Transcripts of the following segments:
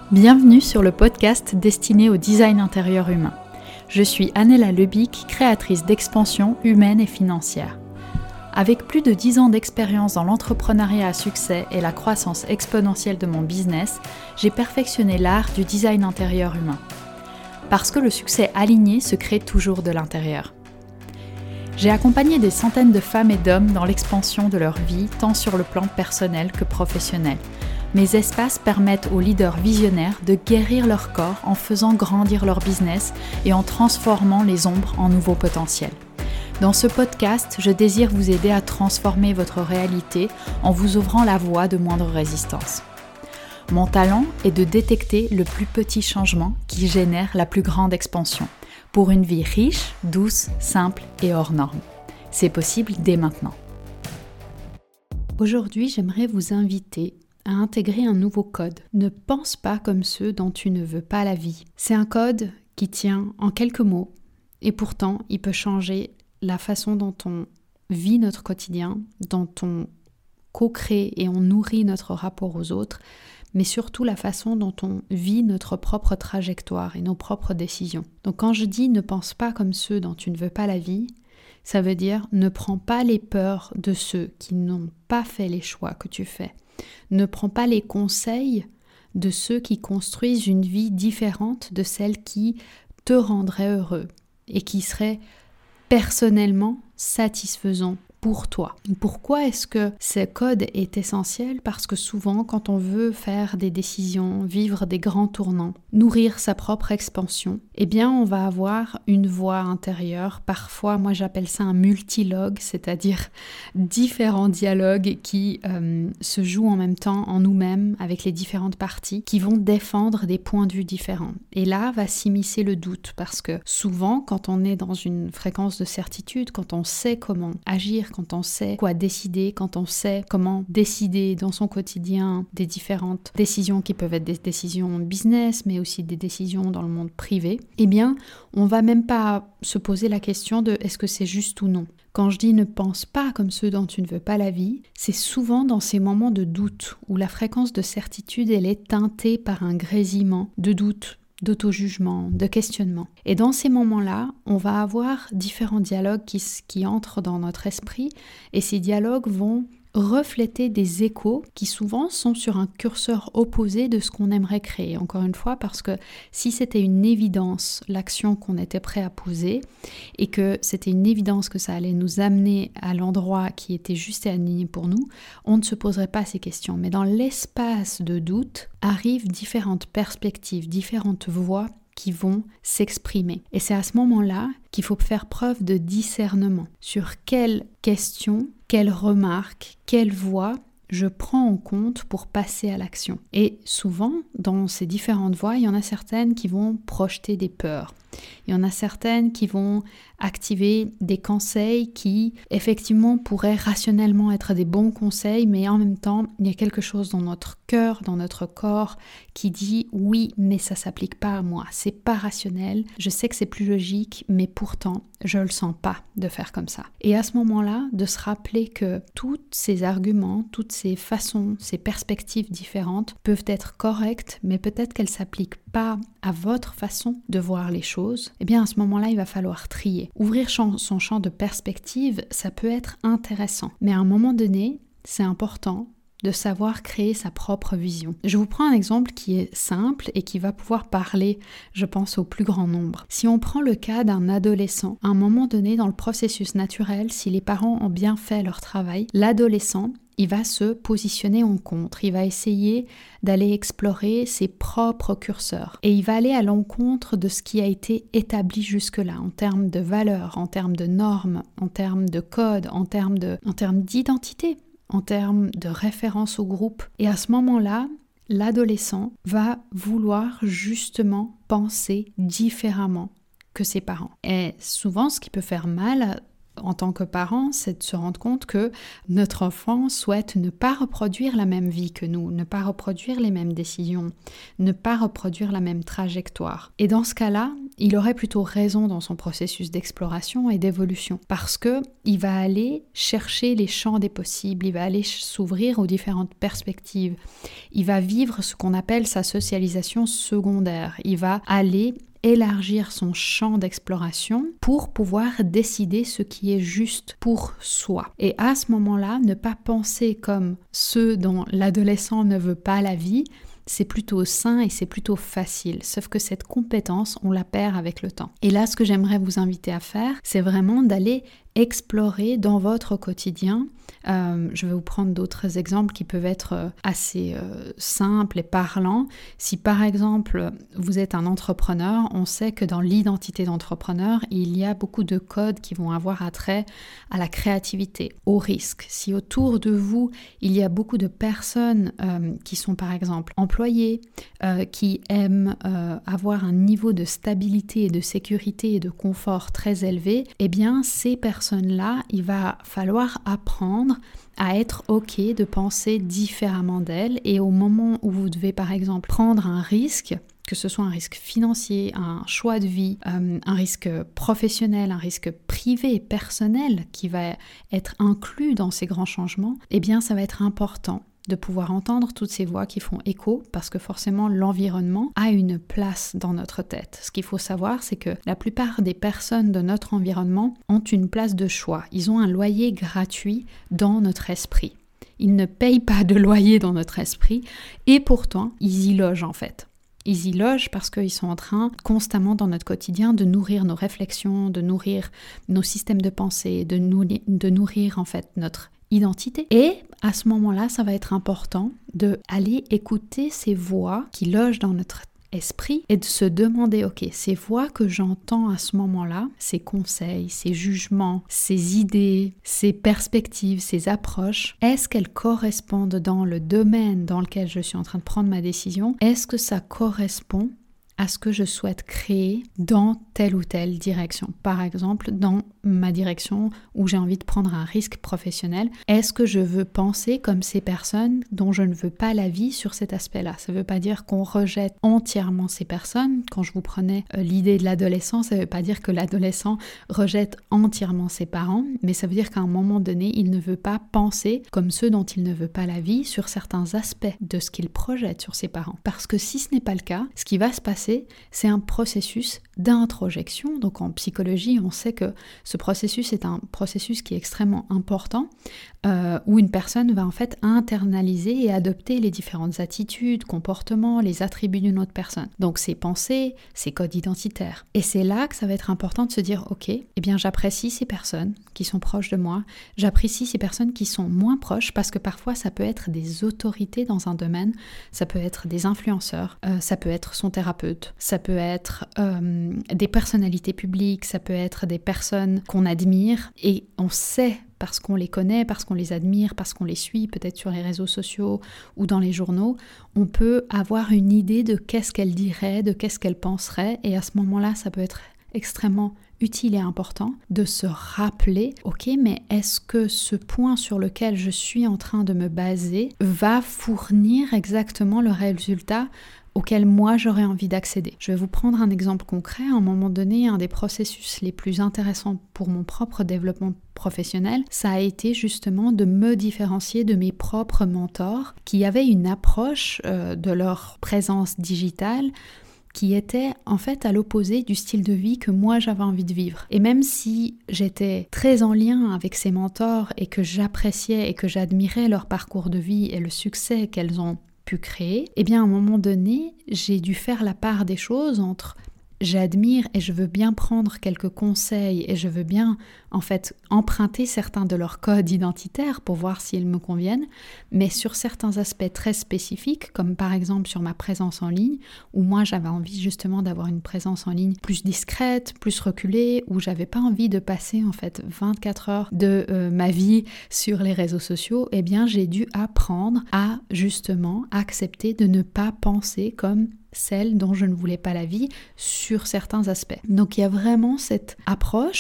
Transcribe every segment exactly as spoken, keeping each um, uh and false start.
Bienvenue sur le podcast destiné au design intérieur humain. Je suis Anela Lebic, créatrice d'expansion humaine et financière. Avec plus de dix ans d'expérience dans l'entrepreneuriat à succès et la croissance exponentielle de mon business, j'ai perfectionné l'art du design intérieur humain. Parce que le succès aligné se crée toujours de l'intérieur. J'ai accompagné des centaines de femmes et d'hommes dans l'expansion de leur vie, tant sur le plan personnel que professionnel. Mes espaces permettent aux leaders visionnaires de guérir leur corps en faisant grandir leur business et en transformant les ombres en nouveaux potentiels. Dans ce podcast, je désire vous aider à transformer votre réalité en vous ouvrant la voie de moindre résistance. Mon talent est de détecter le plus petit changement qui génère la plus grande expansion, pour une vie riche, douce, simple et hors norme. C'est possible dès maintenant. Aujourd'hui, j'aimerais vous inviter à intégrer un nouveau code. Ne pense pas comme ceux dont tu ne veux pas la vie. C'est un code qui tient en quelques mots et pourtant il peut changer la façon dont on vit notre quotidien, dont on co-crée et on nourrit notre rapport aux autres, mais surtout la façon dont on vit notre propre trajectoire et nos propres décisions. Donc quand je dis ne pense pas comme ceux dont tu ne veux pas la vie, ça veut dire ne prends pas les peurs de ceux qui n'ont pas fait les choix que tu fais. Ne prends pas les conseils de ceux qui construisent une vie différente de celle qui te rendrait heureux et qui serait personnellement satisfaisant pour toi. Pourquoi est-ce que ce code est essentiel? Parce que souvent, quand on veut faire des décisions, vivre des grands tournants, nourrir sa propre expansion, eh bien, on va avoir une voix intérieure. Parfois, moi, j'appelle ça un multilogue, c'est-à-dire différents dialogues qui euh, se jouent en même temps en nous-mêmes avec les différentes parties qui vont défendre des points de vue différents. Et là, va s'immiscer le doute parce que souvent, quand on est dans une fréquence de certitude, quand on sait comment agir, quand on sait quoi décider, quand on sait comment décider dans son quotidien des différentes décisions qui peuvent être des décisions business, mais aussi des décisions dans le monde privé, eh bien, on va même pas se poser la question de est-ce que c'est juste ou non. Quand je dis ne pense pas comme ceux dont tu ne veux pas la vie, c'est souvent dans ces moments de doute où la fréquence de certitude, elle est teintée par un grésillement de doute, d'auto-jugement, de questionnement. Et dans ces moments-là, on va avoir différents dialogues qui, qui entrent dans notre esprit et ces dialogues vont refléter des échos qui souvent sont sur un curseur opposé de ce qu'on aimerait créer. Encore une fois, parce que si c'était une évidence l'action qu'on était prêt à poser et que c'était une évidence que ça allait nous amener à l'endroit qui était juste et aligné pour nous, on ne se poserait pas ces questions. Mais dans l'espace de doute arrivent différentes perspectives, différentes voix qui vont s'exprimer. Et c'est à ce moment-là qu'il faut faire preuve de discernement sur quelles questions, quelles remarques, quelles voix je prends en compte pour passer à l'action. Et souvent, dans ces différentes voies, il y en a certaines qui vont projeter des peurs. Il y en a certaines qui vont activer des conseils qui, effectivement, pourraient rationnellement être des bons conseils, mais en même temps, il y a quelque chose dans notre cœur, dans notre corps, qui dit « oui, mais ça ne s'applique pas à moi, c'est pas rationnel, je sais que c'est plus logique, mais pourtant, je ne le sens pas de faire comme ça. » Et à ce moment-là, de se rappeler que tous ces arguments, toutes ces façons, ces perspectives différentes peuvent être correctes, mais peut-être qu'elles ne s'appliquent pas à votre façon de voir les choses, eh bien à ce moment-là, il va falloir trier. Ouvrir son champ de perspective, ça peut être intéressant, mais à un moment donné, c'est important de savoir créer sa propre vision. Je vous prends un exemple qui est simple et qui va pouvoir parler, je pense, au plus grand nombre. Si on prend le cas d'un adolescent, à un moment donné dans le processus naturel, si les parents ont bien fait leur travail, l'adolescent, il va se positionner en contre, il va essayer d'aller explorer ses propres curseurs et il va aller à l'encontre de ce qui a été établi jusque-là en termes de valeurs, en termes de normes, en termes de codes, en termes de, en termes d'identité, en termes de référence au groupe. Et à ce moment-là, l'adolescent va vouloir justement penser différemment que ses parents. Et souvent, ce qui peut faire mal en tant que parent, c'est de se rendre compte que notre enfant souhaite ne pas reproduire la même vie que nous, ne pas reproduire les mêmes décisions, ne pas reproduire la même trajectoire. Et dans ce cas-là, il aurait plutôt raison dans son processus d'exploration et d'évolution, parce que il va aller chercher les champs des possibles, il va aller s'ouvrir aux différentes perspectives, il va vivre ce qu'on appelle sa socialisation secondaire, il va aller élargir son champ d'exploration pour pouvoir décider ce qui est juste pour soi. Et à ce moment-là, ne pas penser comme ceux dont l'adolescent ne veut pas la vie, c'est plutôt sain et c'est plutôt facile. Sauf que cette compétence, on la perd avec le temps. Et là, ce que j'aimerais vous inviter à faire, c'est vraiment d'aller explorer dans votre quotidien. Euh, je vais vous prendre d'autres exemples qui peuvent être assez euh, simples et parlants. Si par exemple vous êtes un entrepreneur, on sait que dans l'identité d'entrepreneur, il y a beaucoup de codes qui vont avoir attrait à la créativité, au risque. Si autour de vous, il y a beaucoup de personnes euh, qui sont par exemple employées, euh, qui aiment euh, avoir un niveau de stabilité et de sécurité et de confort très élevé, eh bien ces personnes-là, il va falloir apprendre à être ok de penser différemment d'elles, et au moment où vous devez par exemple prendre un risque, que ce soit un risque financier, un choix de vie, euh, un risque professionnel, un risque privé, personnel qui va être inclus dans ces grands changements, eh bien ça va être important de pouvoir entendre toutes ces voix qui font écho, parce que forcément l'environnement a une place dans notre tête. Ce qu'il faut savoir, c'est que la plupart des personnes de notre environnement ont une place de choix. Ils ont un loyer gratuit dans notre esprit. Ils ne payent pas de loyer dans notre esprit, et pourtant ils y logent en fait. Ils y logent parce qu'ils sont en train constamment dans notre quotidien de nourrir nos réflexions, de nourrir nos systèmes de pensée, de, nou- de nourrir en fait notre identité. Et à ce moment-là, ça va être important d'aller écouter ces voix qui logent dans notre esprit et de se demander, ok, ces voix que j'entends à ce moment-là, ces conseils, ces jugements, ces idées, ces perspectives, ces approches, est-ce qu'elles correspondent dans le domaine dans lequel je suis en train de prendre ma décision? Est-ce que ça correspond à ce que je souhaite créer dans telle ou telle direction? Par exemple, dans ma direction où j'ai envie de prendre un risque professionnel, est-ce que je veux penser comme ces personnes dont je ne veux pas la vie sur cet aspect-là? Ça ne veut pas dire qu'on rejette entièrement ces personnes. Quand je vous prenais euh, l'idée de l'adolescent, ça ne veut pas dire que l'adolescent rejette entièrement ses parents, mais ça veut dire qu'à un moment donné, il ne veut pas penser comme ceux dont il ne veut pas la vie sur certains aspects de ce qu'il projette sur ses parents. Parce que si ce n'est pas le cas, ce qui va se passer, c'est un processus d'introjection. Donc en psychologie, on sait que ce processus est un processus qui est extrêmement important, euh, où une personne va en fait internaliser et adopter les différentes attitudes, comportements, les attributs d'une autre personne. Donc ses pensées, ses codes identitaires. Et c'est là que ça va être important de se dire, ok, eh bien j'apprécie ces personnes qui sont proches de moi, j'apprécie ces personnes qui sont moins proches, parce que parfois ça peut être des autorités dans un domaine, ça peut être des influenceurs, euh, ça peut être son thérapeute, ça peut être euh, des personnalités publiques, ça peut être des personnes qu'on admire, et on sait parce qu'on les connaît, parce qu'on les admire, parce qu'on les suit, peut-être sur les réseaux sociaux ou dans les journaux, on peut avoir une idée de qu'est-ce qu'elle dirait, de qu'est-ce qu'elle penserait, et à ce moment-là, ça peut être extrêmement utile et important de se rappeler, ok, mais est-ce que ce point sur lequel je suis en train de me baser va fournir exactement le résultat auquel moi j'aurais envie d'accéder? Je vais vous prendre un exemple concret. À un moment donné, un des processus les plus intéressants pour mon propre développement professionnel, ça a été justement de me différencier de mes propres mentors qui avaient une approche euh, de leur présence digitale qui était en fait à l'opposé du style de vie que moi j'avais envie de vivre. Et même si j'étais très en lien avec ces mentors et que j'appréciais et que j'admirais leur parcours de vie et le succès qu'elles ont pu créer, eh bien à un moment donné, j'ai dû faire la part des choses entre j'admire et je veux bien prendre quelques conseils et je veux bien en fait emprunter certains de leurs codes identitaires pour voir s'ils me conviennent, mais sur certains aspects très spécifiques, comme par exemple sur ma présence en ligne, où moi j'avais envie justement d'avoir une présence en ligne plus discrète, plus reculée, où j'avais pas envie de passer en fait vingt-quatre heures de euh, ma vie sur les réseaux sociaux, eh bien j'ai dû apprendre à justement accepter de ne pas penser comme celle dont je ne voulais pas la vie sur certains aspects. Donc il y a vraiment cette approche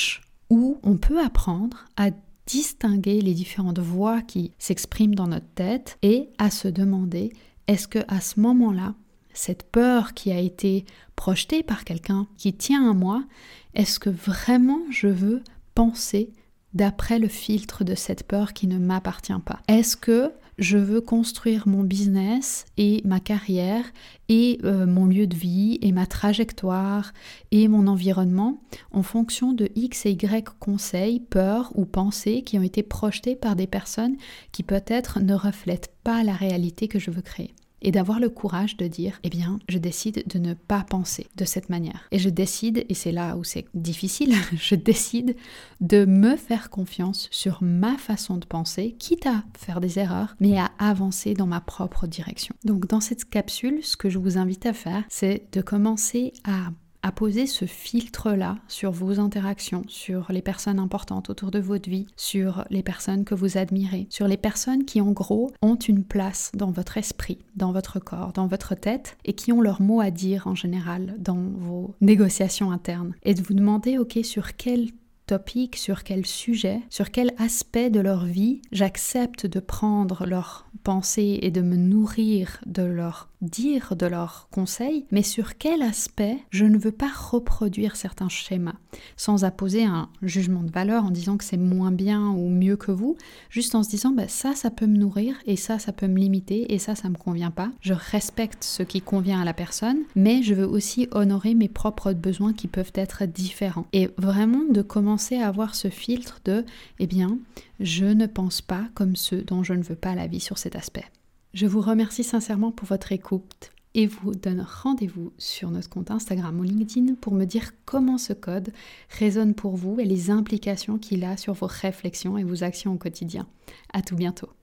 où on peut apprendre à distinguer les différentes voix qui s'expriment dans notre tête et à se demander, est-ce que à ce moment-là, cette peur qui a été projetée par quelqu'un qui tient à moi, est-ce que vraiment je veux penser d'après le filtre de cette peur qui ne m'appartient pas? Est-ce que je veux construire mon business et ma carrière et euh, mon lieu de vie et ma trajectoire et mon environnement en fonction de X et Y conseils, peurs ou pensées qui ont été projetés par des personnes qui peut-être ne reflètent pas la réalité que je veux créer? Et d'avoir le courage de dire, eh bien, je décide de ne pas penser de cette manière. Et je décide, et c'est là où c'est difficile, je décide de me faire confiance sur ma façon de penser, quitte à faire des erreurs, mais à avancer dans ma propre direction. Donc dans cette capsule, ce que je vous invite à faire, c'est de commencer à à poser ce filtre-là sur vos interactions, sur les personnes importantes autour de votre vie, sur les personnes que vous admirez, sur les personnes qui en gros ont une place dans votre esprit, dans votre corps, dans votre tête et qui ont leur mot à dire en général dans vos négociations internes. Et de vous demander, ok, sur quel topic, sur quel sujet, sur quel aspect de leur vie j'accepte de prendre leurs pensées et de me nourrir de leurs dire, de leurs conseils, mais sur quel aspect je ne veux pas reproduire certains schémas, sans apposer un jugement de valeur en disant que c'est moins bien ou mieux que vous, juste en se disant bah, ça, ça peut me nourrir et ça, ça peut me limiter et ça, ça me convient pas. Je respecte ce qui convient à la personne, mais je veux aussi honorer mes propres besoins qui peuvent être différents. Et vraiment de commencer à avoir ce filtre de, eh bien, je ne pense pas comme ceux dont je ne veux pas la vie sur cet aspect. Je vous remercie sincèrement pour votre écoute et vous donne rendez-vous sur notre compte Instagram ou LinkedIn pour me dire comment ce code résonne pour vous et les implications qu'il a sur vos réflexions et vos actions au quotidien. À tout bientôt.